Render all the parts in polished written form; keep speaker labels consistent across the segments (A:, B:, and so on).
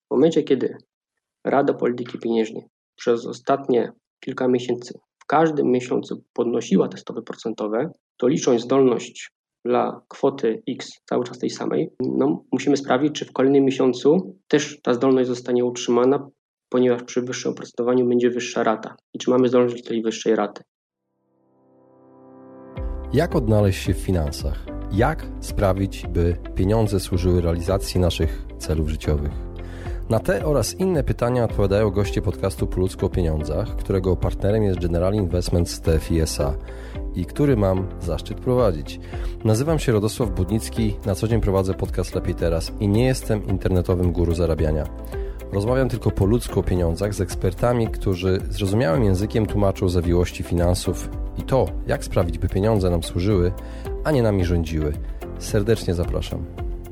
A: W momencie, kiedy Rada Polityki Pieniężnej przez ostatnie kilka miesięcy w każdym miesiącu podnosiła te stopy procentowe, to licząc zdolność dla kwoty X cały czas tej samej, musimy sprawdzić, czy w kolejnym miesiącu też ta zdolność zostanie utrzymana, ponieważ przy wyższym oprocentowaniu będzie wyższa rata. I czy mamy zdolność do tej wyższej raty?
B: Jak odnaleźć się w finansach? Jak sprawić, by pieniądze służyły realizacji naszych celów życiowych? Na te oraz inne pytania odpowiadają goście podcastu Po ludzku o pieniądzach, którego partnerem jest General Investments TFI SA i który mam zaszczyt prowadzić. Nazywam się Radosław Budnicki, na co dzień prowadzę podcast Lepiej Teraz i nie jestem internetowym guru zarabiania. Rozmawiam tylko po ludzku o pieniądzach z ekspertami, którzy zrozumiałym językiem tłumaczą zawiłości finansów i to, jak sprawić, by pieniądze nam służyły, a nie nami rządziły. Serdecznie zapraszam.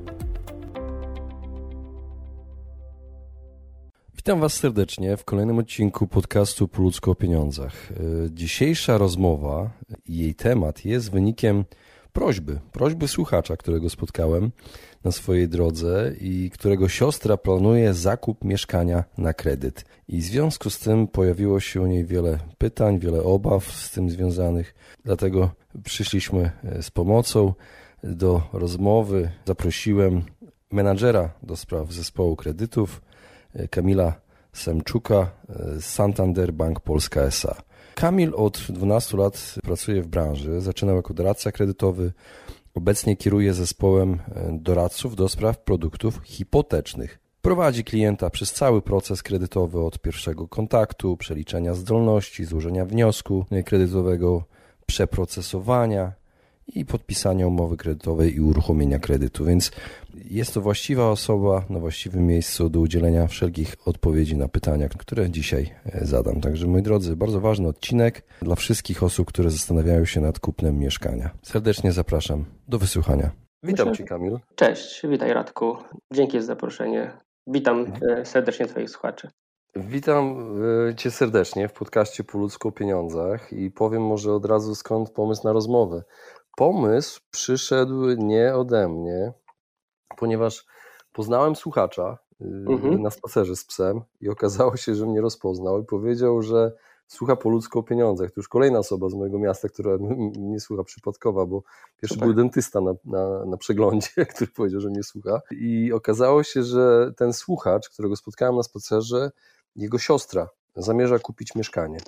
B: Witam Was serdecznie w kolejnym odcinku podcastu Po ludzku o pieniądzach. Dzisiejsza rozmowa i jej temat jest wynikiem prośby słuchacza, którego spotkałem na swojej drodze i którego siostra planuje zakup mieszkania na kredyt. I w związku z tym pojawiło się u niej wiele pytań, wiele obaw z tym związanych. Dlatego przyszliśmy z pomocą do rozmowy. Zaprosiłem menadżera do spraw zespołu kredytów, Kamila Semczuka z Santander Bank Polska S.A. Kamil od 12 lat pracuje w branży, zaczynał jako doradca kredytowy, obecnie kieruje zespołem doradców do spraw produktów hipotecznych. Prowadzi klienta przez cały proces kredytowy od pierwszego kontaktu, przeliczenia zdolności, złożenia wniosku kredytowego, przeprocesowania i podpisania umowy kredytowej i uruchomienia kredytu, więc jest to właściwa osoba na właściwym miejscu do udzielenia wszelkich odpowiedzi na pytania, które dzisiaj zadam. Także moi drodzy, bardzo ważny odcinek dla wszystkich osób, które zastanawiają się nad kupnem mieszkania. Serdecznie zapraszam do wysłuchania. Witam Cię, Kamil.
A: Cześć, witaj Radku. Dzięki za zaproszenie. Witam serdecznie Twoich słuchaczy.
B: Witam Cię serdecznie w podcaście Po ludzku o pieniądzach i powiem może od razu, skąd pomysł na rozmowę. Pomysł przyszedł nie ode mnie, ponieważ poznałem słuchacza na spacerze z psem i okazało się, że mnie rozpoznał i powiedział, że słucha Po ludzku o pieniądzach. To już kolejna osoba z mojego miasta, która mnie słucha przypadkowa, bo pierwszy był dentysta na przeglądzie, który powiedział, że mnie słucha. I okazało się, że ten słuchacz, którego spotkałem na spacerze, jego siostra zamierza kupić mieszkanie.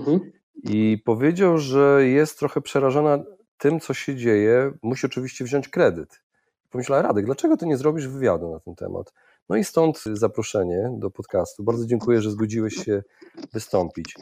B: I powiedział, że jest trochę przerażona tym, co się dzieje, musi oczywiście wziąć kredyt. Pomyślałem, Radek, dlaczego ty nie zrobisz wywiadu na ten temat? No i stąd zaproszenie do podcastu. Bardzo dziękuję, że zgodziłeś się wystąpić.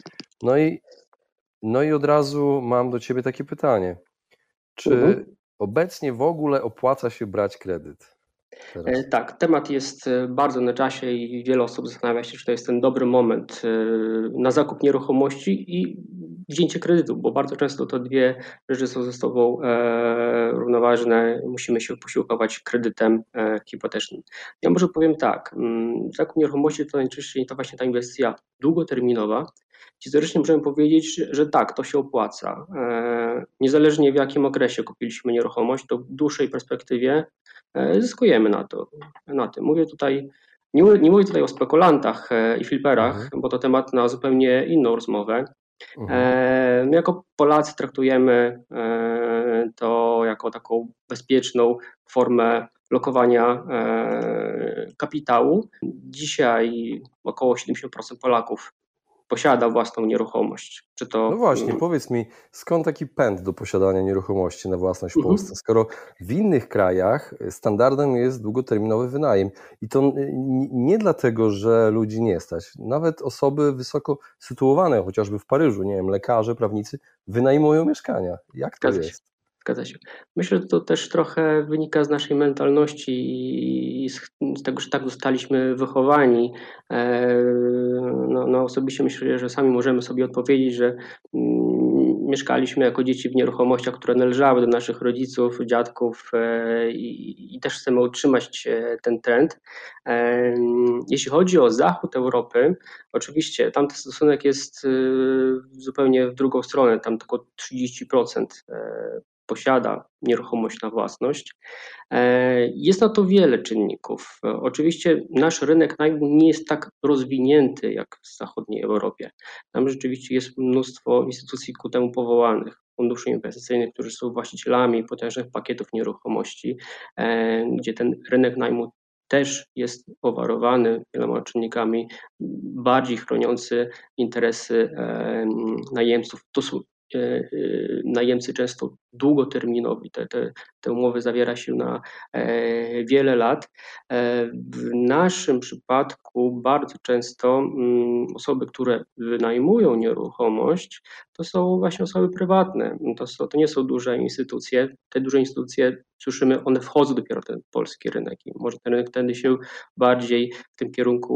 B: No i od razu mam do ciebie takie pytanie. Czy obecnie w ogóle opłaca się brać kredyt? Teraz?
A: Tak, temat jest bardzo na czasie i wiele osób zastanawia się, czy to jest ten dobry moment na zakup nieruchomości i wzięcie kredytu, bo bardzo często to dwie rzeczy są ze sobą równoważne. Musimy się posiłkować kredytem hipotecznym. Ja może powiem tak, zakup nieruchomości to najczęściej to właśnie ta inwestycja długoterminowa. Historycznie możemy powiedzieć, że tak, to się opłaca. Niezależnie w jakim okresie kupiliśmy nieruchomość, to w dłuższej perspektywie zyskujemy na tym. Nie mówię tutaj o spekulantach i fliperach, bo to temat na zupełnie inną rozmowę. My jako Polacy traktujemy to jako taką bezpieczną formę lokowania kapitału. Dzisiaj około 70% Polaków posiada własną nieruchomość.
B: No właśnie, powiedz mi, skąd taki pęd do posiadania nieruchomości na własność w Polsce, skoro w innych krajach standardem jest długoterminowy wynajem i to nie dlatego, że ludzi nie stać. Nawet osoby wysoko sytuowane, chociażby w Paryżu, nie wiem, lekarze, prawnicy, wynajmują mieszkania. Jak to jest?
A: Zgadza się. Myślę, że to też trochę wynika z naszej mentalności i z tego, że tak zostaliśmy wychowani. No osobiście myślę, że sami możemy sobie odpowiedzieć, że mieszkaliśmy jako dzieci w nieruchomościach, które należały do naszych rodziców, dziadków i też chcemy utrzymać ten trend. Jeśli chodzi o zachód Europy, oczywiście tam ten stosunek jest zupełnie w drugą stronę, tam tylko 30% posiada nieruchomość na własność. Jest na to wiele czynników. Oczywiście nasz rynek najmu nie jest tak rozwinięty jak w zachodniej Europie. Tam rzeczywiście jest mnóstwo instytucji ku temu powołanych, funduszy inwestycyjnych, którzy są właścicielami potężnych pakietów nieruchomości, gdzie ten rynek najmu też jest powarowany wieloma czynnikami bardziej chroniący interesy najemców. To są najemcy często długoterminowi. Te umowy zawiera się na wiele lat. W naszym przypadku bardzo często osoby, które wynajmują nieruchomość, to są właśnie osoby prywatne. To nie są duże instytucje. Te duże instytucje, słyszymy, one wchodzą dopiero w ten polski rynek i może ten rynek wtedy się bardziej w tym kierunku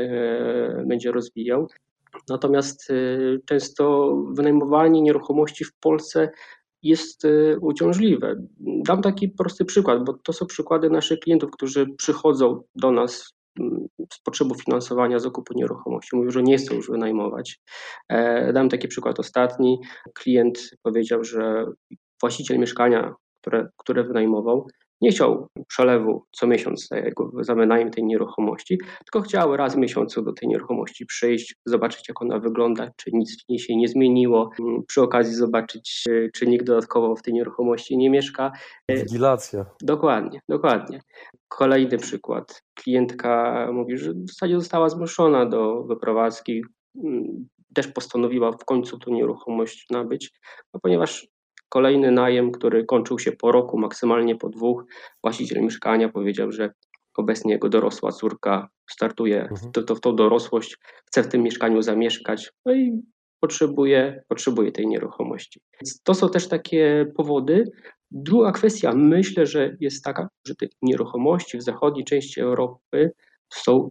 A: będzie rozwijał. Natomiast często wynajmowanie nieruchomości w Polsce jest uciążliwe. Dam taki prosty przykład, bo to są przykłady naszych klientów, którzy przychodzą do nas z potrzebą finansowania zakupu nieruchomości. Mówią, że nie chcą już wynajmować. Dam taki przykład ostatni. Klient powiedział, że właściciel mieszkania, które wynajmował, nie chciał przelewu co miesiąc za wynajem tej nieruchomości, tylko chciał raz w miesiącu do tej nieruchomości przyjść, zobaczyć jak ona wygląda, czy nic w niej się nie zmieniło, przy okazji zobaczyć, czy nikt dodatkowo w tej nieruchomości nie mieszka.
B: Inwigilacja.
A: Dokładnie. Kolejny przykład. Klientka mówi, że w zasadzie została zmuszona do wyprowadzki, też postanowiła w końcu tą nieruchomość nabyć, ponieważ kolejny najem, który kończył się po roku, maksymalnie po 2, właściciel mieszkania powiedział, że obecnie jego dorosła córka startuje w tą dorosłość, chce w tym mieszkaniu zamieszkać, no i potrzebuje tej nieruchomości. Więc to są też takie powody. Druga kwestia, myślę, że jest taka, że te nieruchomości w zachodniej części Europy są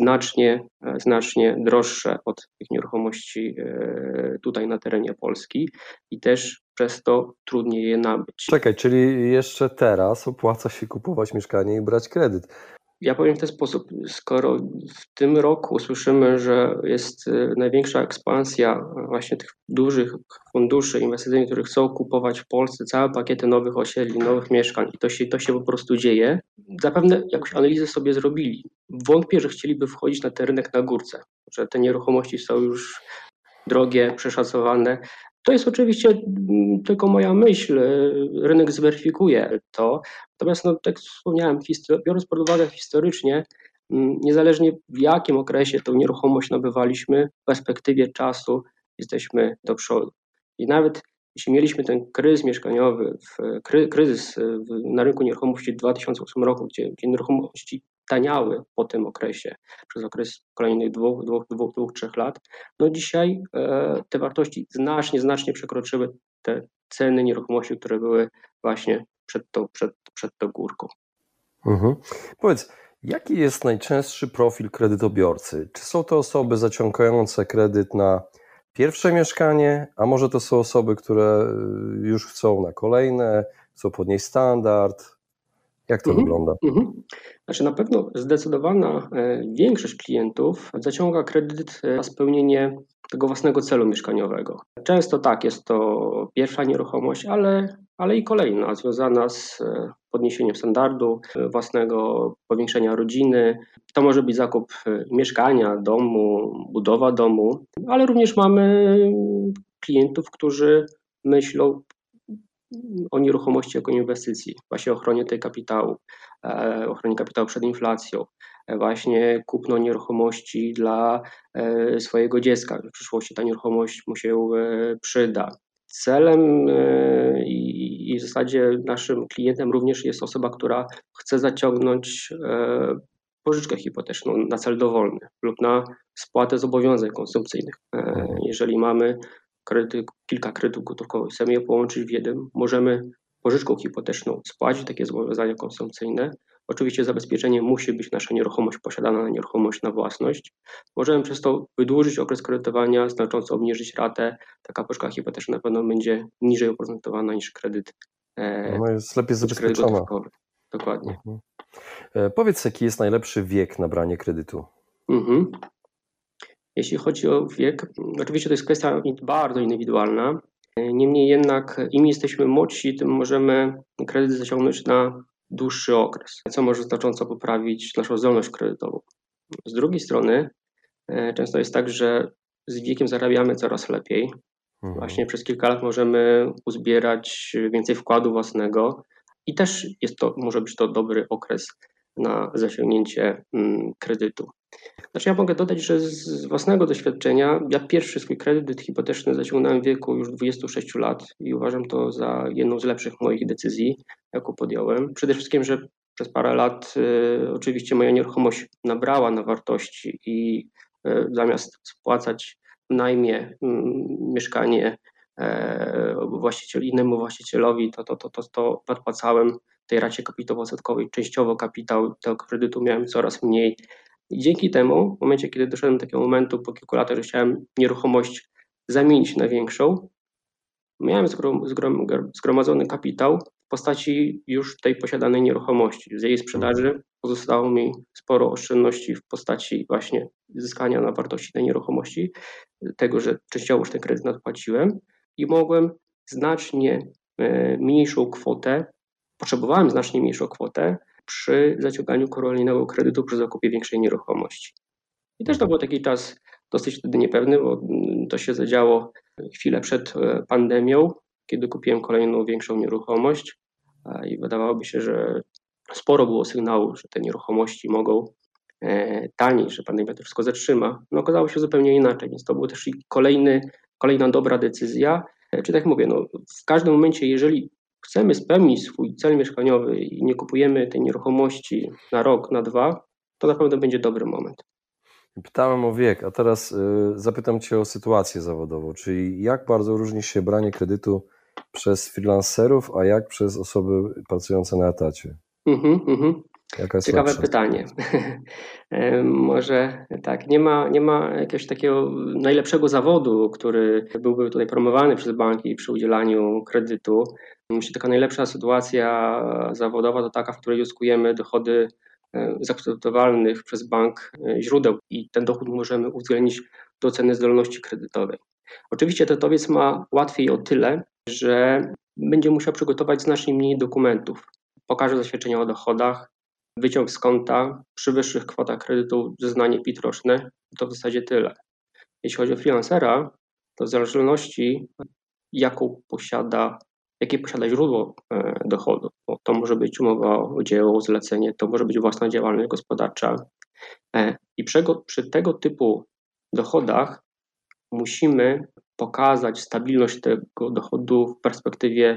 A: znacznie droższe od tych nieruchomości tutaj na terenie Polski i też przez to trudniej je nabyć.
B: Czekaj, czyli jeszcze teraz opłaca się kupować mieszkanie i brać kredyt.
A: Ja powiem w ten sposób, skoro w tym roku słyszymy, że jest największa ekspansja właśnie tych dużych funduszy inwestycyjnych, które chcą kupować w Polsce całe pakiety nowych osiedli, nowych mieszkań i to się po prostu dzieje, zapewne jakąś analizę sobie zrobili. Wątpię, że chcieliby wchodzić na ten rynek na górce, że te nieruchomości są już drogie, przeszacowane. To jest oczywiście tylko moja myśl, rynek zweryfikuje to. Natomiast, tak jak wspomniałem, biorąc pod uwagę historycznie, niezależnie w jakim okresie tą nieruchomość nabywaliśmy, w perspektywie czasu jesteśmy do przodu. I nawet jeśli mieliśmy ten kryzys mieszkaniowy, kryzys na rynku nieruchomości w 2008 roku, gdzie nieruchomości taniały po tym okresie, przez okres kolejnych 2-3 lat, no dzisiaj te wartości znacznie przekroczyły te ceny nieruchomości, które były właśnie przed tą górką.
B: Powiedz, jaki jest najczęstszy profil kredytobiorcy? Czy są to osoby zaciągające kredyt na pierwsze mieszkanie, a może to są osoby, które już chcą na kolejne, chcą podnieść standard? Jak to wygląda?
A: Znaczy na pewno zdecydowana większość klientów zaciąga kredyt na spełnienie tego własnego celu mieszkaniowego. Często tak, jest to pierwsza nieruchomość, ale i kolejna, związana z podniesieniem standardu własnego, powiększenia rodziny. To może być zakup mieszkania, domu, budowa domu, ale również mamy klientów, którzy myślą o nieruchomości jako inwestycji, właśnie ochronie tej kapitału, ochronie kapitału przed inflacją, właśnie kupno nieruchomości dla swojego dziecka. W przyszłości ta nieruchomość mu się przyda. Celem i w zasadzie naszym klientem również jest osoba, która chce zaciągnąć pożyczkę hipoteczną na cel dowolny lub na spłatę zobowiązań konsumpcyjnych. Jeżeli mamy kilka kredytów gotówkowych, chcemy je połączyć w jeden, możemy pożyczką hipoteczną spłacić takie zobowiązania konsumpcyjne. Oczywiście zabezpieczenie musi być nasza nieruchomość posiadana na nieruchomość na własność. Możemy przez to wydłużyć okres kredytowania, znacząco obniżyć ratę. Taka pożyczka hipoteczna na pewno będzie niżej oprocentowana niż kredyt.
B: No jest lepiej zabezpieczona.
A: Dokładnie.
B: Powiedz, jaki jest najlepszy wiek na branie kredytu?
A: Jeśli chodzi o wiek, oczywiście to jest kwestia bardzo indywidualna. Niemniej jednak im jesteśmy młodsi, tym możemy kredyt zaciągnąć na dłuższy okres, co może znacząco poprawić naszą zdolność kredytową. Z drugiej strony często jest tak, że z wiekiem zarabiamy coraz lepiej. Właśnie przez kilka lat możemy uzbierać więcej wkładu własnego i też może być to dobry okres na zaciągnięcie kredytu. Znaczy ja mogę dodać, że z własnego doświadczenia ja pierwszy swój kredyt hipoteczny zaciągnąłem w wieku już 26 lat i uważam to za jedną z lepszych moich decyzji, jaką podjąłem. Przede wszystkim, że przez parę lat oczywiście moja nieruchomość nabrała na wartości i zamiast spłacać w najmie mieszkanie innemu właścicielowi, to nadpłacałem tej racie kapitałowo-odsetkowej. Częściowo kapitał tego kredytu miałem coraz mniej. I dzięki temu, w momencie, kiedy doszedłem do takiego momentu po kilku latach, że chciałem nieruchomość zamienić na większą, miałem zgromadzony kapitał w postaci już tej posiadanej nieruchomości. Z jej sprzedaży pozostało mi sporo oszczędności w postaci właśnie zyskania na wartości tej nieruchomości, tego, że częściowo już ten kredyt nadpłaciłem i mogłem potrzebowałem znacznie mniejszą kwotę przy zaciąganiu kolejnego kredytu przy zakupie większej nieruchomości. I też to był taki czas dosyć wtedy niepewny, bo to się zadziało chwilę przed pandemią, kiedy kupiłem kolejną większą nieruchomość i wydawałoby się, że sporo było sygnałów, że te nieruchomości mogą taniej, że pandemia to wszystko zatrzyma. No okazało się zupełnie inaczej, więc to była też kolejna dobra decyzja. Czy tak mówię, w każdym momencie, jeżeli chcemy spełnić swój cel mieszkaniowy i nie kupujemy tej nieruchomości na rok, na 2, to na pewno będzie dobry moment.
B: Pytałem o wiek, a teraz zapytam Cię o sytuację zawodową, czyli jak bardzo różni się branie kredytu przez freelancerów, a jak przez osoby pracujące na etacie?
A: Jaka jest ciekawe pytanie. Może tak, nie ma jakiegoś takiego najlepszego zawodu, który byłby tutaj promowany przez banki przy udzielaniu kredytu. Myślę, taka najlepsza sytuacja zawodowa to taka, w której uzyskujemy dochody z akceptowalnych przez bank źródeł i ten dochód możemy uwzględnić do oceny zdolności kredytowej. Oczywiście etatowec ma łatwiej o tyle, że będzie musiał przygotować znacznie mniej dokumentów. Pokaże zaświadczenia o dochodach, wyciąg z konta, przy wyższych kwotach kredytu zeznanie PIT roczne, to w zasadzie tyle. Jeśli chodzi o freelancera, to w zależności jakie posiada źródło dochodu, bo to może być umowa o dzieło, zlecenie, to może być własna działalność gospodarcza i przy tego typu dochodach musimy pokazać stabilność tego dochodu w perspektywie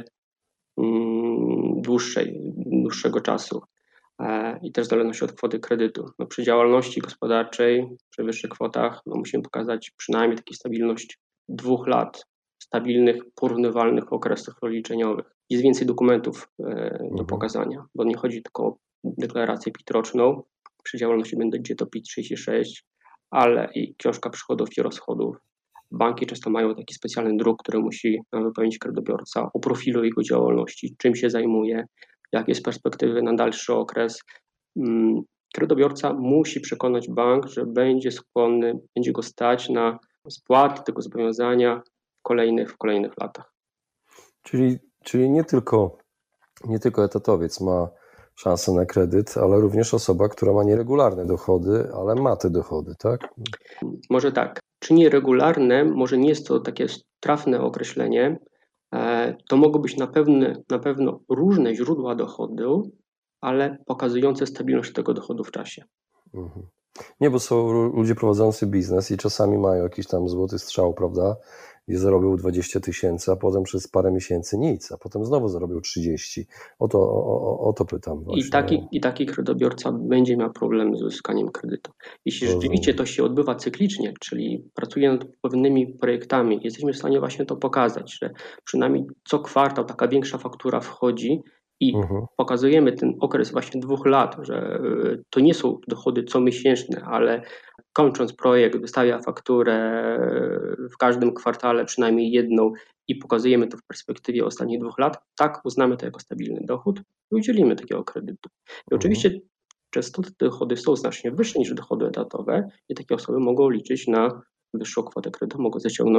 A: dłuższego czasu i też w zależności od kwoty kredytu. Przy działalności gospodarczej, przy wyższych kwotach musimy pokazać przynajmniej taką stabilność 2 lat, stabilnych, porównywalnych okresów rozliczeniowych. Jest więcej dokumentów do pokazania, bo nie chodzi tylko o deklarację PIT roczną, przy działalności będzie to PIT 36, ale i książka przychodów i rozchodów. Banki często mają taki specjalny druk, który musi wypełnić kredytobiorca o profilu jego działalności, czym się zajmuje, jakie jest perspektywy na dalszy okres. Kredytobiorca musi przekonać bank, że będzie skłonny, będzie go stać na spłatę tego zobowiązania w kolejnych latach.
B: Czyli nie tylko etatowiec ma szansę na kredyt, ale również osoba, która ma nieregularne dochody, ale ma te dochody, tak?
A: Może tak. Czy nieregularne, może nie jest to takie trafne określenie, to mogą być na pewno różne źródła dochodu, ale pokazujące stabilność tego dochodu w czasie.
B: Nie, bo są ludzie prowadzący biznes i czasami mają jakiś tam złoty strzał, prawda, gdzie zarobił 20 000, a potem przez parę miesięcy nic, a potem znowu zarobił 30. O to pytam właśnie.
A: I taki kredytobiorca będzie miał problem z uzyskaniem kredytu. Jeśli rzeczywiście to się odbywa cyklicznie, czyli pracuje nad pewnymi projektami, jesteśmy w stanie właśnie to pokazać, że przynajmniej co kwartał taka większa faktura wchodzi i pokazujemy ten okres właśnie 2 lat, że to nie są dochody comiesięczne, ale kończąc projekt wystawia fakturę w każdym kwartale przynajmniej jedną i pokazujemy to w perspektywie ostatnich 2 lat, tak uznamy to jako stabilny dochód i udzielimy takiego kredytu. I oczywiście często te dochody są znacznie wyższe niż dochody etatowe i takie osoby mogą liczyć na wyższą kwotę kredytu, mogą zaciągnąć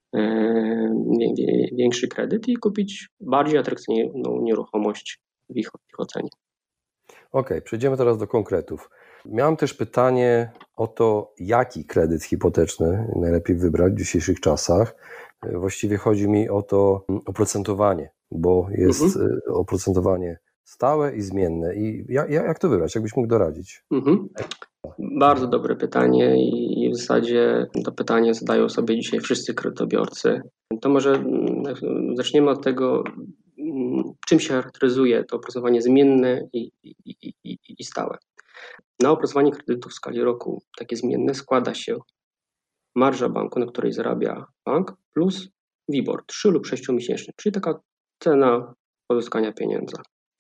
A: większy kredyt i kupić bardziej atrakcyjną nieruchomość w ich ocenie.
B: Okej, przejdziemy teraz do konkretów. Miałem też pytanie o to, jaki kredyt hipoteczny najlepiej wybrać w dzisiejszych czasach. Właściwie chodzi mi o to oprocentowanie, bo jest oprocentowanie stałe i zmienne. I jak to wybrać? Jakbyś mógł doradzić?
A: Bardzo dobre pytanie i w zasadzie to pytanie zadają sobie dzisiaj wszyscy kredytobiorcy. To może zaczniemy od tego, czym się charakteryzuje to oprocentowanie zmienne i stałe. Na oprocentowanie kredytu w skali roku takie zmienne składa się marża banku, na której zarabia bank, plus WIBOR 3 lub 6-miesięczny, czyli taka cena pozyskania pieniądza.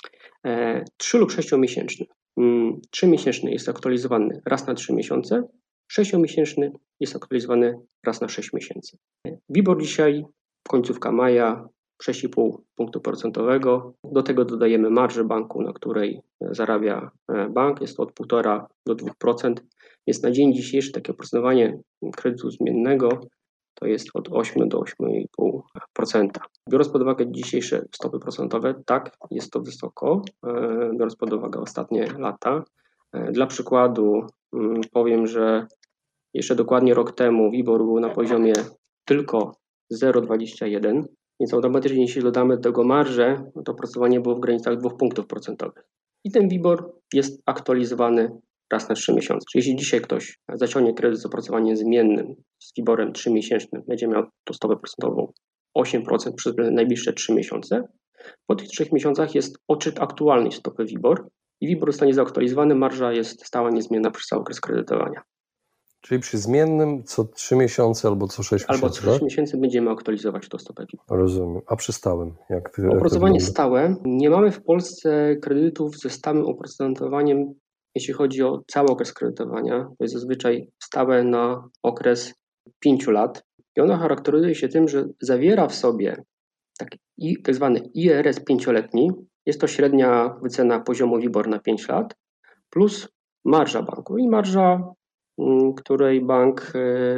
A: 3 lub 6-miesięczny. 3-miesięczny jest aktualizowany raz na 3 miesiące, 6-miesięczny jest aktualizowany raz na 6 miesięcy. WIBOR dzisiaj, końcówka maja, 6,5 punktu procentowego. Do tego dodajemy marżę banku, na której zarabia bank. Jest to od 1,5 do 2%. Więc na dzień dzisiejszy takie oprocentowanie kredytu zmiennego to jest od 8 do 8,5%. Biorąc pod uwagę dzisiejsze stopy procentowe, tak, jest to wysoko, biorąc pod uwagę ostatnie lata. Dla przykładu powiem, że jeszcze dokładnie rok temu WIBOR był na poziomie tylko 0,21, więc automatycznie jeśli dodamy do tego marżę, to oprocentowanie było w granicach 2 punktów procentowych. I ten WIBOR jest aktualizowany raz na 3 miesiące. Czyli jeśli dzisiaj ktoś zaciągnie kredyt z oprocentowaniem zmiennym z WIBOR-em 3-miesięcznym, będzie miał tą stopę procentową 8% przez najbliższe 3 miesiące. Po tych 3 miesiącach jest odczyt aktualnej stopy WIBOR i WIBOR zostanie zaktualizowany, marża jest stała, niezmienna przez cały okres kredytowania.
B: Czyli przy zmiennym co 3 miesiące albo co 6 miesięcy?
A: Albo co 6 miesięcy będziemy aktualizować tą stopę WIBOR.
B: Rozumiem. A przy stałym?
A: Oprocentowanie stałe. Nie mamy w Polsce kredytów ze stałym oprocentowaniem, jeśli chodzi o cały okres kredytowania. To jest zazwyczaj stałe na okres 5 lat. I ono charakteryzuje się tym, że zawiera w sobie tak zwany IRS 5-letni. Jest to średnia wycena poziomu WIBOR na 5 lat plus marża banku. I marża, której bank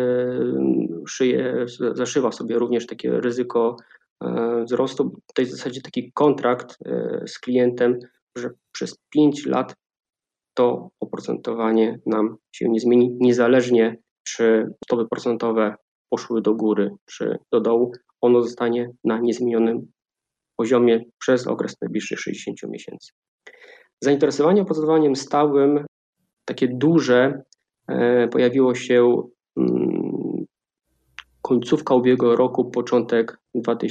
A: zaszywa sobie również takie ryzyko wzrostu. To jest w zasadzie taki kontrakt z klientem, że przez 5 lat to oprocentowanie nam się nie zmieni, niezależnie czy stopy procentowe poszły do góry czy do dołu, ono zostanie na niezmienionym poziomie przez okres najbliższych 60 miesięcy. Zainteresowanie oprocentowaniem stałym, takie duże, pojawiło się końcówka ubiegłego roku, początek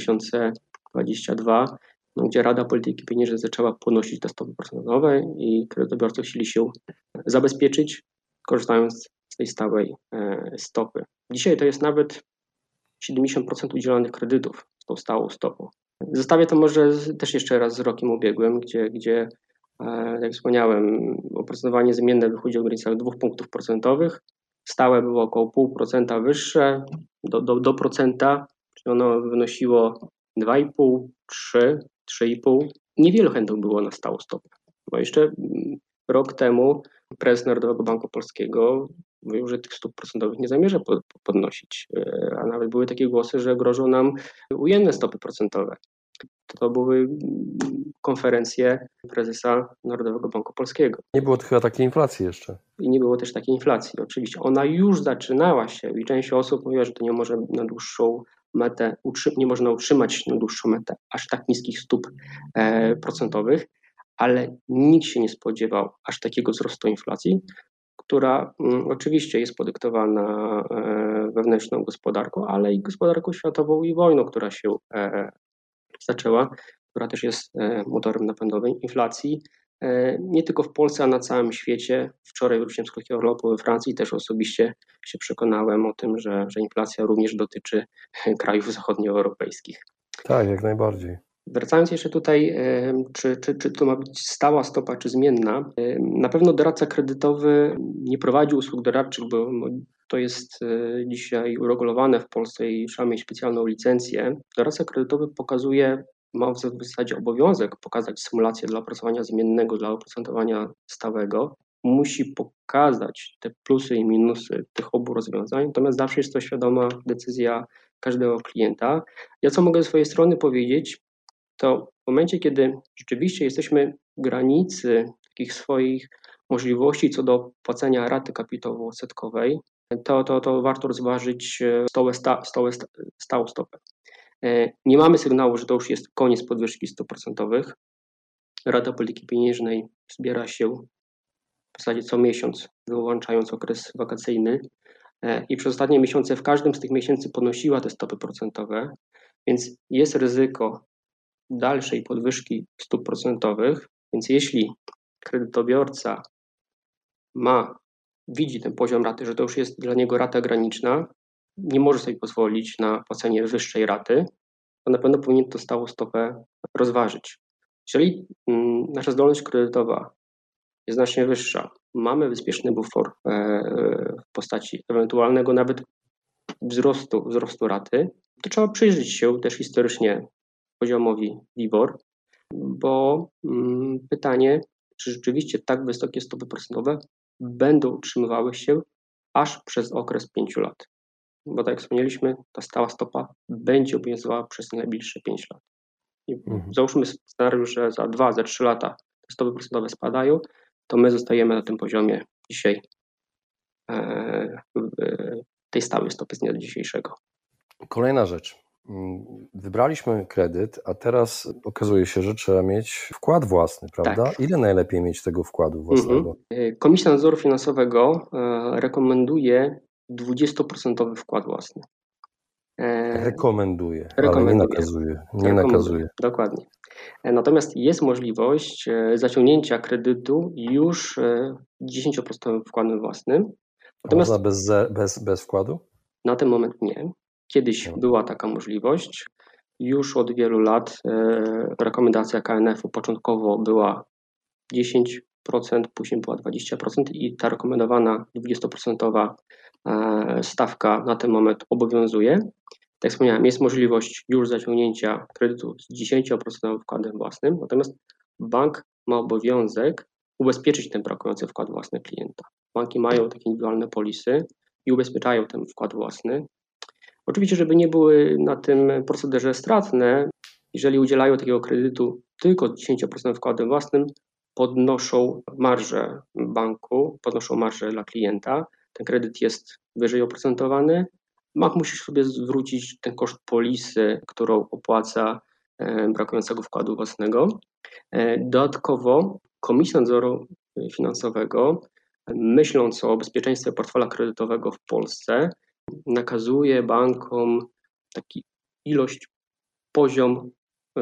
A: 2022, gdzie Rada Polityki Pieniężnej zaczęła podnosić te stopy procentowe i kredytobiorcy chcieli się zabezpieczyć, korzystając z tej stałej stopy. Dzisiaj to jest nawet 70% udzielonych kredytów z tą stałą stopą. Zestawię to może też jeszcze raz z rokiem ubiegłym, gdzie jak wspomniałem, oprocentowanie zmienne wychodziło w granicach 2 punktów procentowych, stałe było około 0,5% wyższe do procenta, czyli ono wynosiło 2,5, 3, 3,5. Niewielu chętnych było na stałą stopę, bo jeszcze rok temu prezes Narodowego Banku Polskiego mówił, że tych stóp procentowych nie zamierza podnosić, a nawet były takie głosy, że grożą nam ujemne stopy procentowe. To były konferencje prezesa Narodowego Banku Polskiego.
B: Nie było chyba takiej inflacji jeszcze.
A: I nie było też takiej inflacji. Oczywiście ona już zaczynała się i część osób mówiła, że to nie może na dłuższą metę, nie można utrzymać na dłuższą metę aż tak niskich stóp procentowych, ale nikt się nie spodziewał aż takiego wzrostu inflacji, która oczywiście jest podyktowana wewnętrzną gospodarką, ale i gospodarką światową i wojną, która się zaczęła, która też jest motorem napędowym inflacji. Nie tylko w Polsce, a na całym świecie. Wczoraj wróciłem z krótkiego urlopu we Francji, też osobiście się przekonałem o tym, że inflacja również dotyczy krajów zachodnioeuropejskich.
B: Tak, jak najbardziej.
A: Wracając jeszcze tutaj, czy to ma być stała stopa, czy zmienna, na pewno doradca kredytowy nie prowadzi usług doradczych, bo to jest dzisiaj uregulowane w Polsce i trzeba mieć specjalną licencję. Doradca kredytowy ma w zasadzie obowiązek pokazać symulację dla oprocentowania zmiennego, dla oprocentowania stałego. Musi pokazać te plusy i minusy tych obu rozwiązań, natomiast zawsze jest to świadoma decyzja każdego klienta. Ja co mogę ze swojej strony powiedzieć, to w momencie, kiedy rzeczywiście jesteśmy w granicy takich swoich możliwości co do płacenia raty kapitałowo-odsetkowej, to warto rozważyć stałą stopę. Nie mamy sygnału, że to już jest koniec podwyżki stóp procentowych. Rada Polityki Pieniężnej zbiera się w zasadzie co miesiąc, wyłączając okres wakacyjny, i przez ostatnie miesiące w każdym z tych miesięcy podnosiła te stopy procentowe, więc jest ryzyko dalszej podwyżki stóp procentowych, więc jeśli kredytobiorca widzi ten poziom raty, że to już jest dla niego rata graniczna, nie może sobie pozwolić na płacenie wyższej raty, to na pewno powinien tę stałą stopę rozważyć. Jeżeli nasza zdolność kredytowa jest znacznie wyższa, mamy bezpieczny bufor w postaci ewentualnego nawet wzrostu raty, to trzeba przyjrzeć się też historycznie poziomowi WIBOR, bo pytanie, czy rzeczywiście tak wysokie stopy procentowe będą utrzymywały się aż przez okres 5 lat. Bo tak jak wspomnieliśmy, ta stała stopa będzie obowiązywała przez najbliższe 5 lat. I załóżmy scenariusz, że za 2, za 3 lata te stopy procentowe spadają, to my zostajemy na tym poziomie dzisiaj tej stałej stopy z dnia dzisiejszego.
B: Kolejna rzecz. Wybraliśmy kredyt, a teraz okazuje się, że trzeba mieć wkład własny, prawda?
A: Tak.
B: Ile najlepiej mieć tego wkładu własnego?
A: Komisja Nadzoru Finansowego rekomenduje 20% wkład własny.
B: Rekomenduje, ale nie nakazuje. Nie nakazuje.
A: Dokładnie. Natomiast jest możliwość zaciągnięcia kredytu już 10% wkładem własnym. Natomiast
B: można bez wkładu? Na
A: ten moment nie. Kiedyś była taka możliwość. Już od wielu lat rekomendacja KNF-u początkowo była 10%, później była 20% i ta rekomendowana 20% stawka na ten moment obowiązuje. Tak jak wspomniałem, jest możliwość już zaciągnięcia kredytu z 10% wkładem własnym, natomiast bank ma obowiązek ubezpieczyć ten brakujący wkład własny klienta. Banki mają takie indywidualne polisy i ubezpieczają ten wkład własny. Oczywiście, żeby nie były na tym procederze stratne, jeżeli udzielają takiego kredytu tylko z 10% wkładem własnym, podnoszą marżę banku, podnoszą marżę dla klienta. Ten kredyt jest wyżej oprocentowany. Bank musi sobie zwrócić ten koszt polisy, którą opłaca brakującego wkładu własnego. Dodatkowo Komisja Nadzoru Finansowego, myśląc o bezpieczeństwie portfela kredytowego w Polsce, nakazuje bankom taki poziom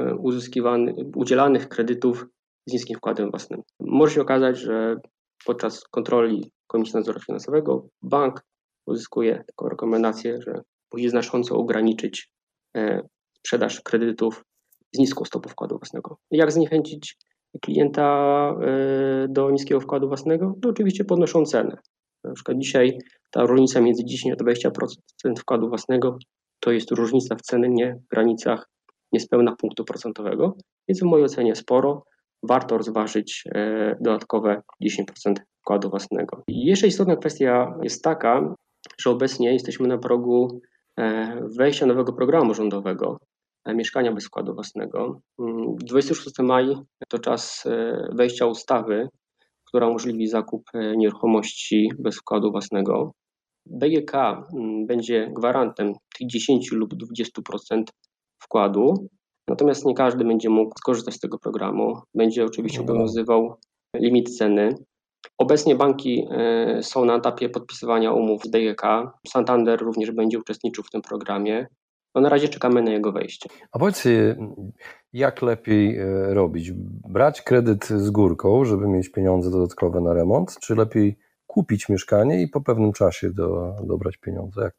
A: udzielanych kredytów z niskim wkładem własnym. Może się okazać, że podczas kontroli Komisji Nadzoru Finansowego bank uzyskuje taką rekomendację, że musi znacząco ograniczyć sprzedaż kredytów z niską stopą wkładu własnego. Jak zniechęcić klienta do niskiego wkładu własnego? No oczywiście podnoszą cenę. Na przykład dzisiaj ta różnica między 10 a 20% wkładu własnego to jest różnica w cenie w granicach niespełna punktu procentowego, więc w mojej ocenie sporo. Warto rozważyć dodatkowe 10% wkładu własnego. I jeszcze istotna kwestia jest taka, że obecnie jesteśmy na progu wejścia nowego programu rządowego mieszkania bez wkładu własnego. 26 maj to czas wejścia ustawy, która umożliwi zakup nieruchomości bez wkładu własnego. BGK będzie gwarantem tych 10 lub 20% wkładu, natomiast nie każdy będzie mógł skorzystać z tego programu. Będzie oczywiście obowiązywał limit ceny. Obecnie banki są na etapie podpisywania umów z BGK. Santander również będzie uczestniczył w tym programie. No na razie czekamy na jego wejście.
B: A powiedz, jak lepiej robić? Brać kredyt z górką, żeby mieć pieniądze dodatkowe na remont, czy lepiej kupić mieszkanie i po pewnym czasie dobrać pieniądze? Jak to?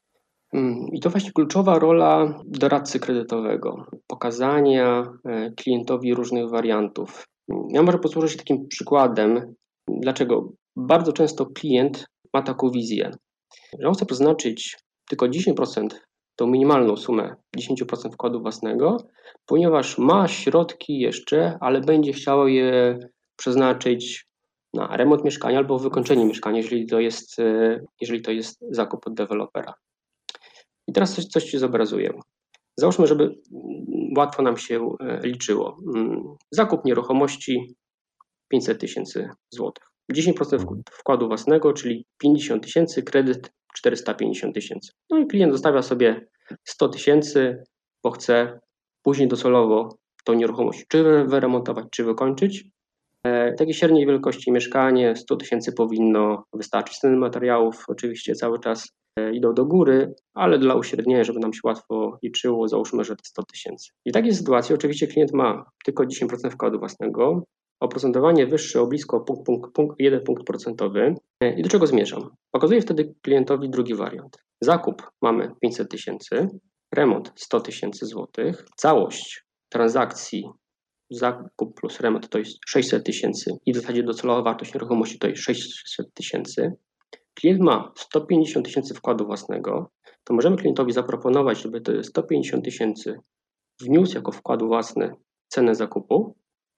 A: I to właśnie kluczowa rola doradcy kredytowego. Pokazania klientowi różnych wariantów. Ja może posłużę się takim przykładem. Dlaczego? Bardzo często klient ma taką wizję, że on chce przeznaczyć tylko 10%, tą minimalną sumę 10% wkładu własnego, ponieważ ma środki jeszcze, ale będzie chciał je przeznaczyć na remont mieszkania albo wykończenie mieszkania, jeżeli to jest zakup od dewelopera. I teraz coś Ci zobrazuję. Załóżmy, żeby łatwo nam się liczyło. Zakup nieruchomości 500 tysięcy złotych. 10% wkładu własnego, czyli 50 tysięcy, kredyt 450 tysięcy. No i klient zostawia sobie 100 tysięcy, bo chce później docelowo tą nieruchomość czy wyremontować, czy wykończyć. Takie średniej wielkości mieszkanie, 100 tysięcy powinno wystarczyć. Ceny materiałów oczywiście cały czas idą do góry, ale dla uśrednienia, żeby nam się łatwo liczyło, załóżmy, że to 100 tysięcy. I w takiej sytuacji oczywiście klient ma tylko 10% wkładu własnego, oprocentowanie wyższe o blisko 1 punkt procentowy. I do czego zmierzam? Pokazuję wtedy klientowi drugi wariant. Zakup mamy 500 tysięcy, remont 100 tysięcy złotych, całość transakcji zakup plus remont to jest 600 tysięcy i w zasadzie docelowa wartość nieruchomości to jest 600 tysięcy. Klient ma 150 tysięcy wkładu własnego, to możemy klientowi zaproponować, żeby te 150 tysięcy wniósł jako wkład własny cenę zakupu.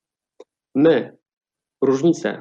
A: My różnicę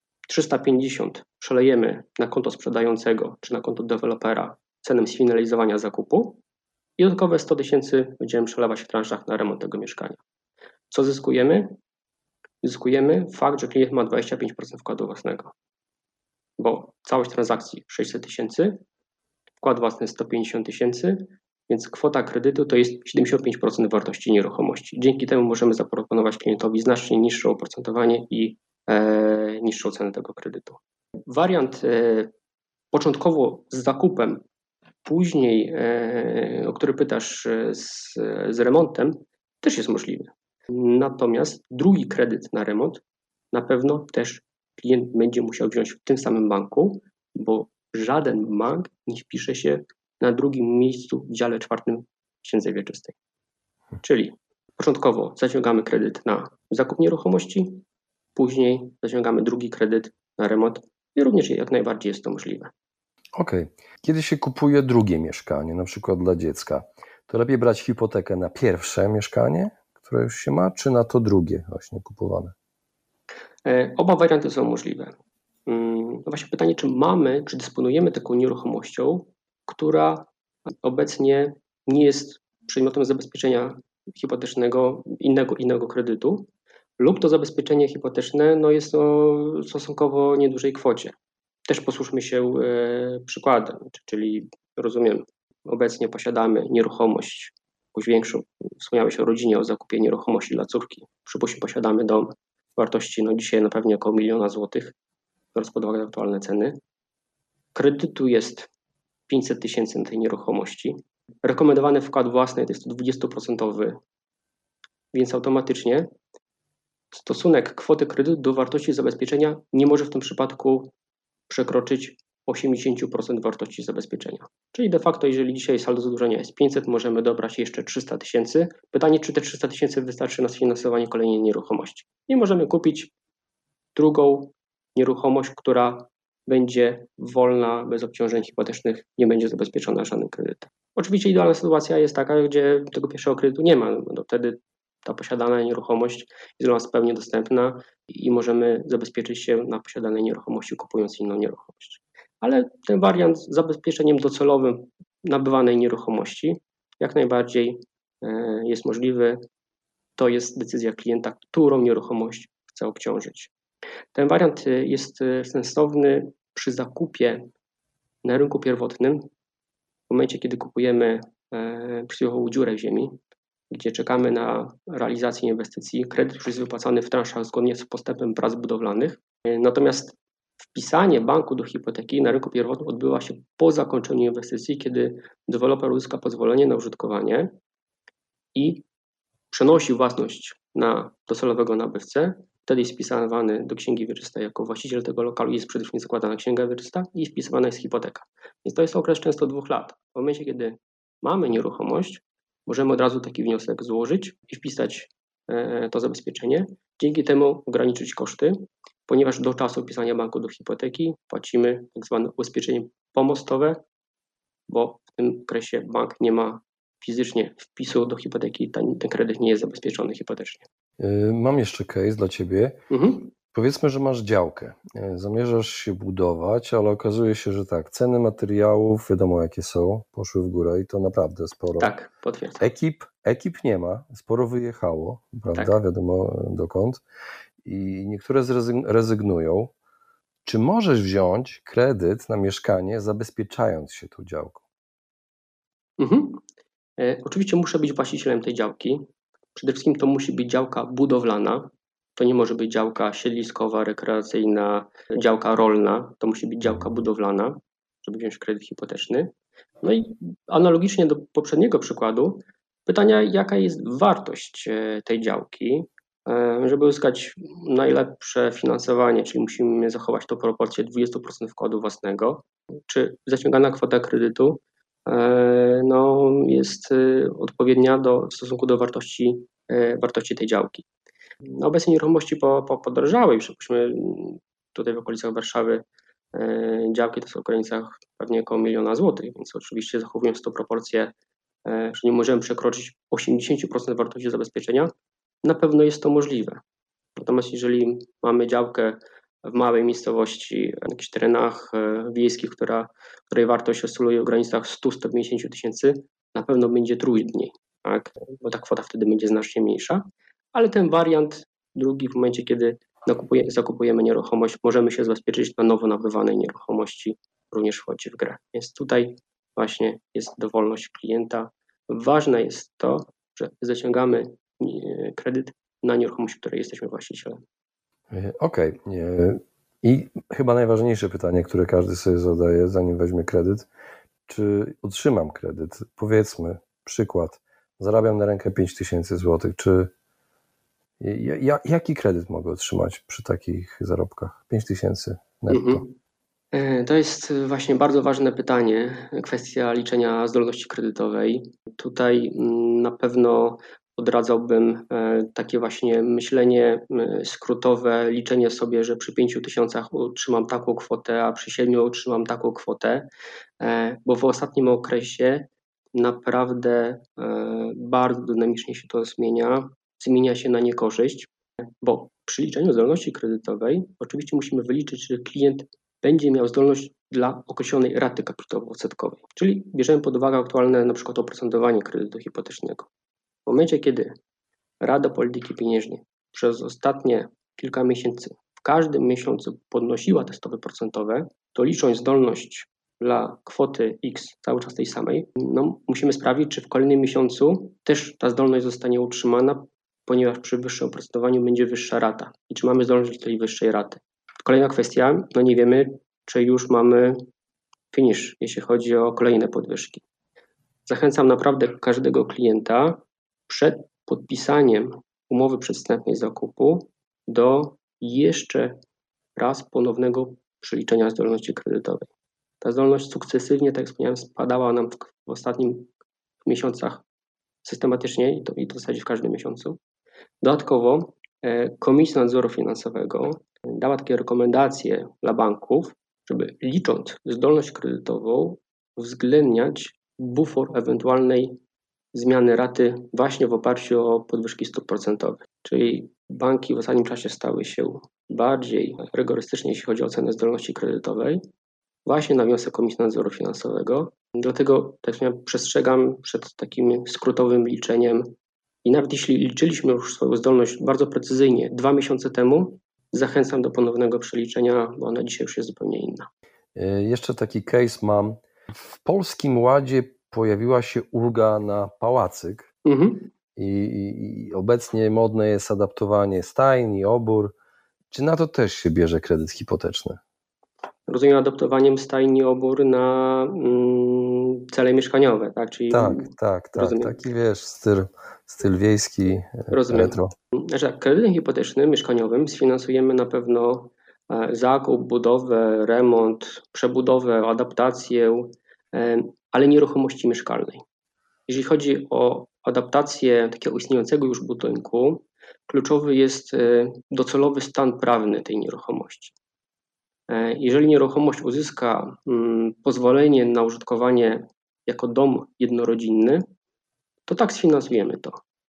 A: 350 przelejemy na konto sprzedającego czy na konto dewelopera celem sfinalizowania zakupu i dodatkowe 100 tysięcy będziemy przelewać w transzach na remont tego mieszkania. Co zyskujemy? Zyskujemy fakt, że klient ma 25% wkładu własnego, bo całość transakcji 600 tysięcy, wkład własny 150 tysięcy, więc kwota kredytu to jest 75% wartości nieruchomości. Dzięki temu możemy zaproponować klientowi znacznie niższe oprocentowanie i niższą cenę tego kredytu. Wariant początkowo z zakupem, później, o który pytasz, z remontem, też jest możliwy. Natomiast drugi kredyt na remont na pewno też klient będzie musiał wziąć w tym samym banku, bo żaden bank nie wpisze się na drugim miejscu w dziale 4 księdze wieczystej. Czyli początkowo zaciągamy kredyt na zakup nieruchomości, później zaciągamy drugi kredyt na remont i również jak najbardziej jest to możliwe.
B: Okej. Kiedy się kupuje drugie mieszkanie, na przykład dla dziecka, to lepiej brać hipotekę na pierwsze mieszkanie, które już się ma, czy na to drugie właśnie kupowane?
A: Oba warianty są możliwe. No właśnie pytanie, czy dysponujemy taką nieruchomością, która obecnie nie jest przedmiotem zabezpieczenia hipotecznego innego kredytu, lub to zabezpieczenie hipoteczne jest o stosunkowo niedużej kwocie. Też posłużmy się przykładem, czyli rozumiem, obecnie posiadamy nieruchomość jakąś większą. Wspomniałeś o rodzinie, o zakupie nieruchomości dla córki. Przypuśćmy, posiadamy dom wartości dzisiaj na pewno około 1 000 000 złotych, biorąc pod uwagę aktualne ceny. Kredytu jest 500 tysięcy na tej nieruchomości. Rekomendowany wkład własny to jest 20%, więc automatycznie stosunek kwoty kredytu do wartości zabezpieczenia nie może w tym przypadku przekroczyć 80% wartości zabezpieczenia. Czyli de facto, jeżeli dzisiaj saldo zadłużenia jest 500, możemy dobrać jeszcze 300 tysięcy. Pytanie, czy te 300 tysięcy wystarczy na sfinansowanie kolejnej nieruchomości. I możemy kupić drugą nieruchomość, która będzie wolna, bez obciążeń hipotecznych, nie będzie zabezpieczona żadnym kredytem. Oczywiście idealna sytuacja jest taka, gdzie tego pierwszego kredytu nie ma, bo wtedy ta posiadana nieruchomość jest dla nas pełnie dostępna i możemy zabezpieczyć się na posiadanej nieruchomości, kupując inną nieruchomość. Ale ten wariant z zabezpieczeniem docelowym nabywanej nieruchomości jak najbardziej jest możliwy. To jest decyzja klienta, którą nieruchomość chce obciążyć. Ten wariant jest sensowny przy zakupie na rynku pierwotnym, w momencie, kiedy kupujemy przysłowiową dziurę w ziemi, gdzie czekamy na realizację inwestycji. Kredyt już jest wypłacany w transzach zgodnie z postępem prac budowlanych. Natomiast wpisanie banku do hipoteki na rynku pierwotnym odbywa się po zakończeniu inwestycji, kiedy deweloper uzyska pozwolenie na użytkowanie i przenosi własność na docelowego nabywcę. Wtedy jest wpisywany do księgi wieczystej jako właściciel tego lokalu, jest przede wszystkim zakładana księga wieczysta i wpisywana jest hipoteka. Więc to jest okres często 2 lat. W momencie, kiedy mamy nieruchomość, możemy od razu taki wniosek złożyć i wpisać to zabezpieczenie. Dzięki temu ograniczyć koszty, ponieważ do czasu wpisania banku do hipoteki płacimy tak zwane ubezpieczenie pomostowe, bo w tym okresie bank nie ma fizycznie wpisu do hipoteki, ten kredyt nie jest zabezpieczony hipotecznie.
B: Mam jeszcze case dla Ciebie. Powiedzmy, że masz działkę, zamierzasz się budować, ale okazuje się, że tak, ceny materiałów, wiadomo jakie są, poszły w górę i to naprawdę sporo.
A: Tak, potwierdzam.
B: Ekip nie ma, sporo wyjechało, prawda,
A: Tak.
B: wiadomo dokąd i niektóre rezygnują. Czy możesz wziąć kredyt na mieszkanie, zabezpieczając się tą działką?
A: Oczywiście muszę być właścicielem tej działki. Przede wszystkim to musi być działka budowlana. To nie może być działka siedliskowa, rekreacyjna, działka rolna. To musi być działka budowlana, żeby wziąć kredyt hipoteczny. No i analogicznie do poprzedniego przykładu, pytania, jaka jest wartość tej działki. Żeby uzyskać najlepsze finansowanie, czyli musimy zachować tą proporcję 20% wkładu własnego, czy zaciągana kwota kredytu jest odpowiednia w stosunku do wartości tej działki. Obecnie nieruchomości podrożały i przypuśćmy tutaj w okolicach Warszawy działki to są w granicach pewnie około 1 000 000 złotych, więc oczywiście zachowując tą proporcję, że nie możemy przekroczyć 80% wartości zabezpieczenia, na pewno jest to możliwe. Natomiast jeżeli mamy działkę w małej miejscowości, na jakichś terenach wiejskich, której wartość oscyluje w granicach 100-150 tysięcy, na pewno będzie trudniej, tak? Bo ta kwota wtedy będzie znacznie mniejsza. Ale ten wariant drugi, w momencie kiedy zakupujemy nieruchomość, możemy się zabezpieczyć na nowo nabywanej nieruchomości, również wchodzi w grę. Więc tutaj właśnie jest dowolność klienta. Ważne jest to, że zaciągamy kredyt na nieruchomość, której jesteśmy właścicielem.
B: Okej. I chyba najważniejsze pytanie, które każdy sobie zadaje, zanim weźmie kredyt, czy otrzymam kredyt? Powiedzmy, przykład, zarabiam na rękę 5000 zł, czy jaki kredyt mogę otrzymać przy takich zarobkach? 5000 netto.
A: To jest właśnie bardzo ważne pytanie, kwestia liczenia zdolności kredytowej. Tutaj na pewno odradzałbym takie właśnie myślenie skrótowe, liczenie sobie, że przy 5000 otrzymam taką kwotę, a przy 7 otrzymam taką kwotę, bo w ostatnim okresie naprawdę bardzo dynamicznie się to zmienia się na niekorzyść, bo przy liczeniu zdolności kredytowej oczywiście musimy wyliczyć, że klient będzie miał zdolność dla określonej raty kapitałowo-odsetkowej, czyli bierzemy pod uwagę aktualne na przykład oprocentowanie kredytu hipotecznego. W momencie, kiedy Rada Polityki Pieniężnej przez ostatnie kilka miesięcy w każdym miesiącu podnosiła te stopy procentowe, to licząc zdolność dla kwoty X cały czas tej samej, musimy sprawdzić, czy w kolejnym miesiącu też ta zdolność zostanie utrzymana, ponieważ przy wyższym oprocentowaniu będzie wyższa rata i czy mamy zdolność do tej wyższej raty. Kolejna kwestia, nie wiemy, czy już mamy finish, jeśli chodzi o kolejne podwyżki. Zachęcam naprawdę każdego klienta przed podpisaniem umowy przedwstępnej zakupu do jeszcze raz ponownego przeliczenia zdolności kredytowej. Ta zdolność sukcesywnie, tak jak wspomniałem, spadała nam w ostatnich miesiącach systematycznie i to w zasadzie w każdym miesiącu. Dodatkowo Komisja Nadzoru Finansowego dała takie rekomendacje dla banków, żeby licząc zdolność kredytową uwzględniać bufor ewentualnej zmiany raty właśnie w oparciu o podwyżki stóp procentowych. Czyli banki w ostatnim czasie stały się bardziej rygorystyczne, jeśli chodzi o ocenę zdolności kredytowej, właśnie na wniosek Komisji Nadzoru Finansowego. Dlatego, tak jak przestrzegam przed takim skrótowym liczeniem i nawet jeśli liczyliśmy już swoją zdolność bardzo precyzyjnie 2 miesiące temu, zachęcam do ponownego przeliczenia, bo ona dzisiaj już jest zupełnie inna.
B: Jeszcze taki case mam. W Polskim Ładzie pojawiła się ulga na pałacyk i obecnie modne jest adaptowanie stajni, obór. Czy na to też się bierze kredyt hipoteczny?
A: Rozumiem adaptowaniem stajni, obór na cele mieszkaniowe, tak? Czyli
B: tak. Taki styl wiejski,
A: rozumiem.
B: retro.
A: Kredytem hipotecznym, mieszkaniowym sfinansujemy na pewno zakup, budowę, remont, przebudowę, adaptację, ale nieruchomości mieszkalnej. Jeżeli chodzi o adaptację takiego istniejącego już budynku, kluczowy jest docelowy stan prawny tej nieruchomości. Jeżeli nieruchomość uzyska pozwolenie na użytkowanie jako dom jednorodzinny, to tak sfinansujemy to.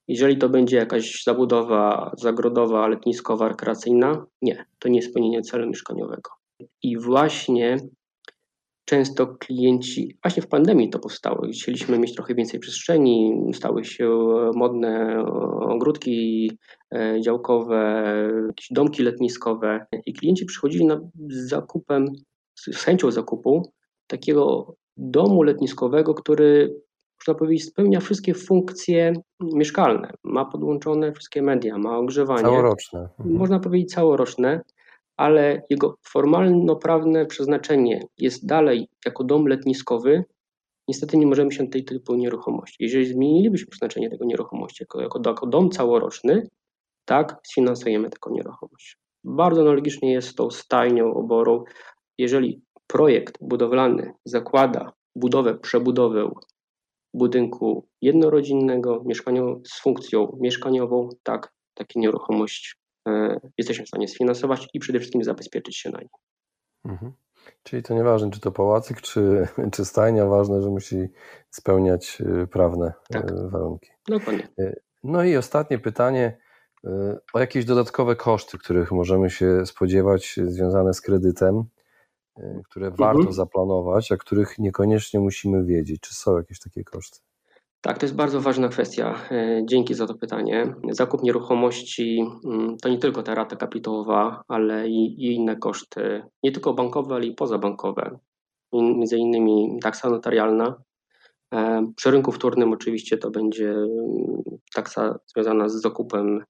A: Jeżeli to będzie jakaś zabudowa zagrodowa, letniskowa, rekreacyjna, nie, to nie jest spełnienie celu mieszkaniowego. I właśnie często klienci, właśnie w pandemii to powstało, chcieliśmy mieć trochę więcej przestrzeni, stały się modne ogródki działkowe, jakieś domki letniskowe i klienci przychodzili z zakupem, z chęcią zakupu takiego domu letniskowego, który, można powiedzieć, spełnia wszystkie funkcje mieszkalne. Ma podłączone wszystkie media, ma ogrzewanie.
B: Całoroczne.
A: Można powiedzieć całoroczne, ale jego formalno-prawne przeznaczenie jest dalej jako dom letniskowy. Niestety nie możemy się tej typu nieruchomości. Jeżeli zmienilibyśmy przeznaczenie tego nieruchomości jako dom całoroczny, tak, sfinansujemy taką nieruchomość. Bardzo analogicznie jest to stajnią, oborą. Jeżeli projekt budowlany zakłada przebudowę budynku jednorodzinnego, z funkcją mieszkaniową, tak, takie nieruchomość jesteśmy w stanie sfinansować i przede wszystkim zabezpieczyć się na nie.
B: Mhm. Czyli to nieważne, czy to pałacyk, czy stajnia, ważne, że musi spełniać prawne warunki.
A: Dokładnie.
B: No i ostatnie pytanie, o jakieś dodatkowe koszty, których możemy się spodziewać związane z kredytem, które warto zaplanować, a których niekoniecznie musimy wiedzieć. Czy są jakieś takie koszty?
A: Tak, to jest bardzo ważna kwestia. Dzięki za to pytanie. Zakup nieruchomości to nie tylko ta rata kapitałowa, ale i inne koszty, nie tylko bankowe, ale i pozabankowe. Między innymi taksa notarialna. Przy rynku wtórnym oczywiście to będzie taksa związana z zakupem,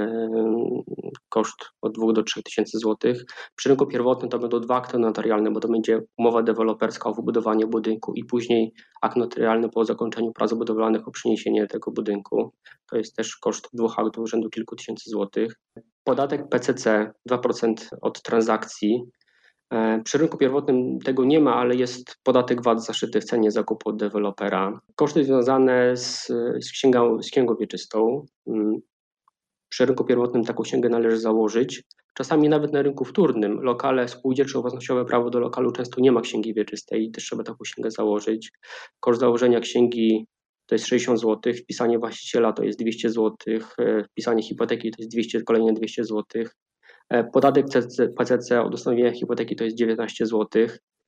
A: koszt od 2 do 3 tysięcy złotych. Przy rynku pierwotnym to będą 2 akty notarialne, bo to będzie umowa deweloperska o wybudowanie budynku i później akt notarialny po zakończeniu prac budowlanych o przeniesienie tego budynku. To jest też koszt 2 aktów rzędu kilku tysięcy złotych. Podatek PCC 2% od transakcji. Przy rynku pierwotnym tego nie ma, ale jest podatek VAT zaszyty w cenie zakupu od dewelopera. Koszty związane z księgą wieczystą. Przy rynku pierwotnym taką księgę należy założyć. Czasami nawet na rynku wtórnym lokale spółdzielcze o własnościowe prawo do lokalu często nie ma księgi wieczystej i też trzeba taką księgę założyć. Koszt założenia księgi to jest 60 zł, wpisanie właściciela to jest 200 zł, wpisanie hipoteki to jest kolejne 200 zł. Podatek PCC od ustanowienia hipoteki to jest 19 zł.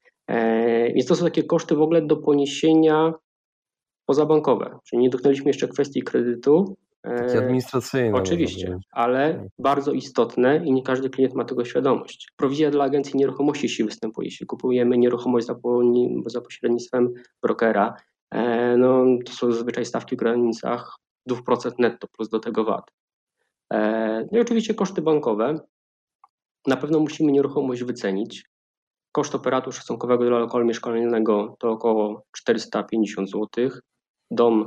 A: Więc to są takie koszty w ogóle do poniesienia pozabankowe. Czyli nie dotknęliśmy jeszcze kwestii kredytu.
B: Takie administracyjne.
A: Oczywiście, ale bardzo istotne i nie każdy klient ma tego świadomość. Prowizja dla agencji nieruchomości, jeśli występuje, jeśli kupujemy nieruchomość za pośrednictwem brokera, no, to są zazwyczaj stawki w granicach 2% netto plus do tego VAT. No i oczywiście koszty bankowe. Na pewno musimy nieruchomość wycenić. Koszt operatu szacunkowego dla lokalu mieszkalnego to około 450 zł, dom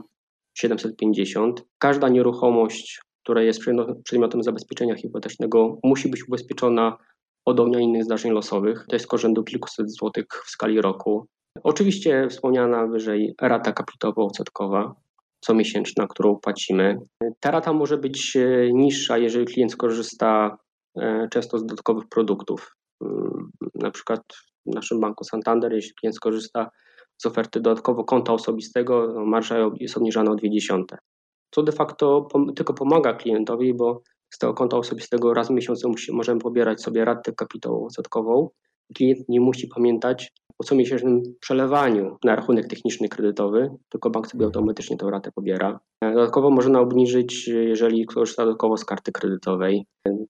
A: 750. Każda nieruchomość, która jest przedmiotem zabezpieczenia hipotecznego, musi być ubezpieczona od ognia innych zdarzeń losowych. To jest koszt rzędu kilkuset złotych w skali roku. Oczywiście wspomniana wyżej rata kapitałowo-odsetkowa comiesięczna, którą płacimy. Ta rata może być niższa, jeżeli klient skorzysta często z dodatkowych produktów. Na przykład w naszym banku Santander, jeśli klient skorzysta z oferty dodatkowo konta osobistego, marża jest obniżana o 0,2, co de facto tylko pomaga klientowi, bo z tego konta osobistego raz w miesiącu możemy pobierać sobie ratę kapitałowo-odsetkową. Klient nie musi pamiętać o comiesięcznym przelewaniu na rachunek techniczny kredytowy, tylko bank sobie automatycznie tę ratę pobiera. Dodatkowo można obniżyć, jeżeli korzysta dodatkowo z karty kredytowej,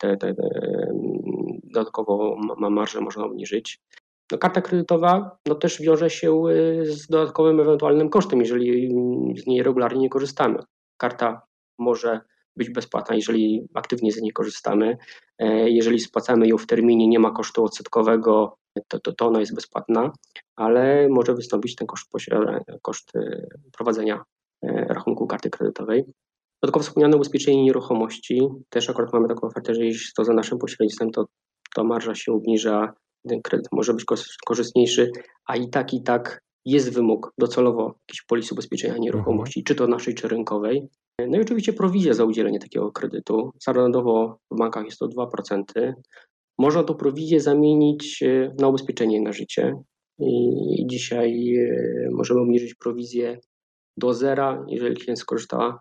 A: dodatkowo marżę można obniżyć. No, karta kredytowa też wiąże się z dodatkowym ewentualnym kosztem, jeżeli z niej regularnie nie korzystamy. Karta może być bezpłatna, jeżeli aktywnie z niej korzystamy. Jeżeli spłacamy ją w terminie, nie ma kosztu odsetkowego, to ona jest bezpłatna, ale może wystąpić ten koszt prowadzenia rachunku karty kredytowej. Dodatkowo wspomniane ubezpieczenie nieruchomości. Też akurat mamy taką ofertę, że jeśli to za naszym pośrednictwem, to marża się obniża, ten kredyt może być korzystniejszy, a i tak jest wymóg docelowo jakiejś polisy ubezpieczenia nieruchomości, czy to naszej, czy rynkowej. No i oczywiście prowizja za udzielenie takiego kredytu. Standardowo w bankach jest to 2%. Można tą prowizję zamienić na ubezpieczenie na życie. I dzisiaj możemy obniżyć prowizję do zera, jeżeli klient skorzysta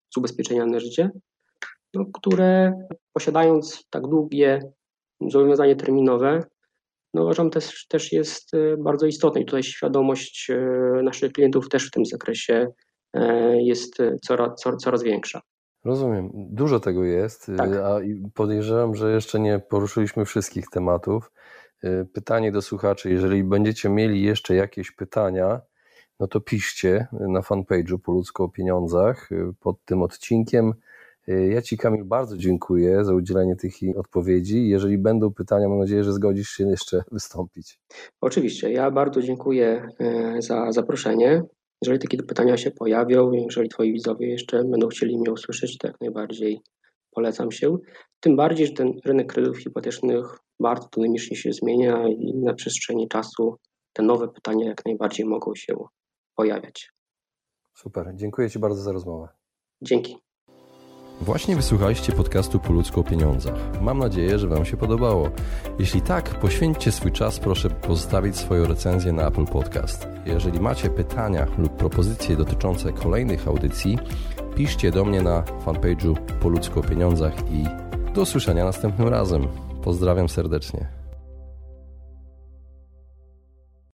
A: z ubezpieczenia na życie, które posiadając tak długie zobowiązanie terminowe, uważam też jest bardzo istotne i tutaj świadomość naszych klientów też w tym zakresie jest coraz większa.
B: Rozumiem. Dużo tego jest,
A: Tak.
B: A podejrzewam, że jeszcze nie poruszyliśmy wszystkich tematów. Pytanie do słuchaczy, jeżeli będziecie mieli jeszcze jakieś pytania, to piszcie na fanpage'u Po ludzku o pieniądzach pod tym odcinkiem. Ja Ci, Kamil, bardzo dziękuję za udzielenie tych odpowiedzi. Jeżeli będą pytania, mam nadzieję, że zgodzisz się jeszcze wystąpić.
A: Oczywiście, ja bardzo dziękuję za zaproszenie. Jeżeli takie pytania się pojawią, jeżeli Twoi widzowie jeszcze będą chcieli mnie usłyszeć, to jak najbardziej polecam się. Tym bardziej, że ten rynek kredytów hipotecznych bardzo dynamicznie się zmienia i na przestrzeni czasu te nowe pytania jak najbardziej mogą się pojawiać.
B: Super, dziękuję Ci bardzo za rozmowę.
A: Dzięki.
B: Właśnie wysłuchaliście podcastu Po ludzku o pieniądzach. Mam nadzieję, że Wam się podobało. Jeśli tak, poświęćcie swój czas, proszę pozostawić swoją recenzję na Apple Podcast. Jeżeli macie pytania lub propozycje dotyczące kolejnych audycji, piszcie do mnie na fanpage'u Po ludzku o pieniądzach i do usłyszenia następnym razem. Pozdrawiam serdecznie.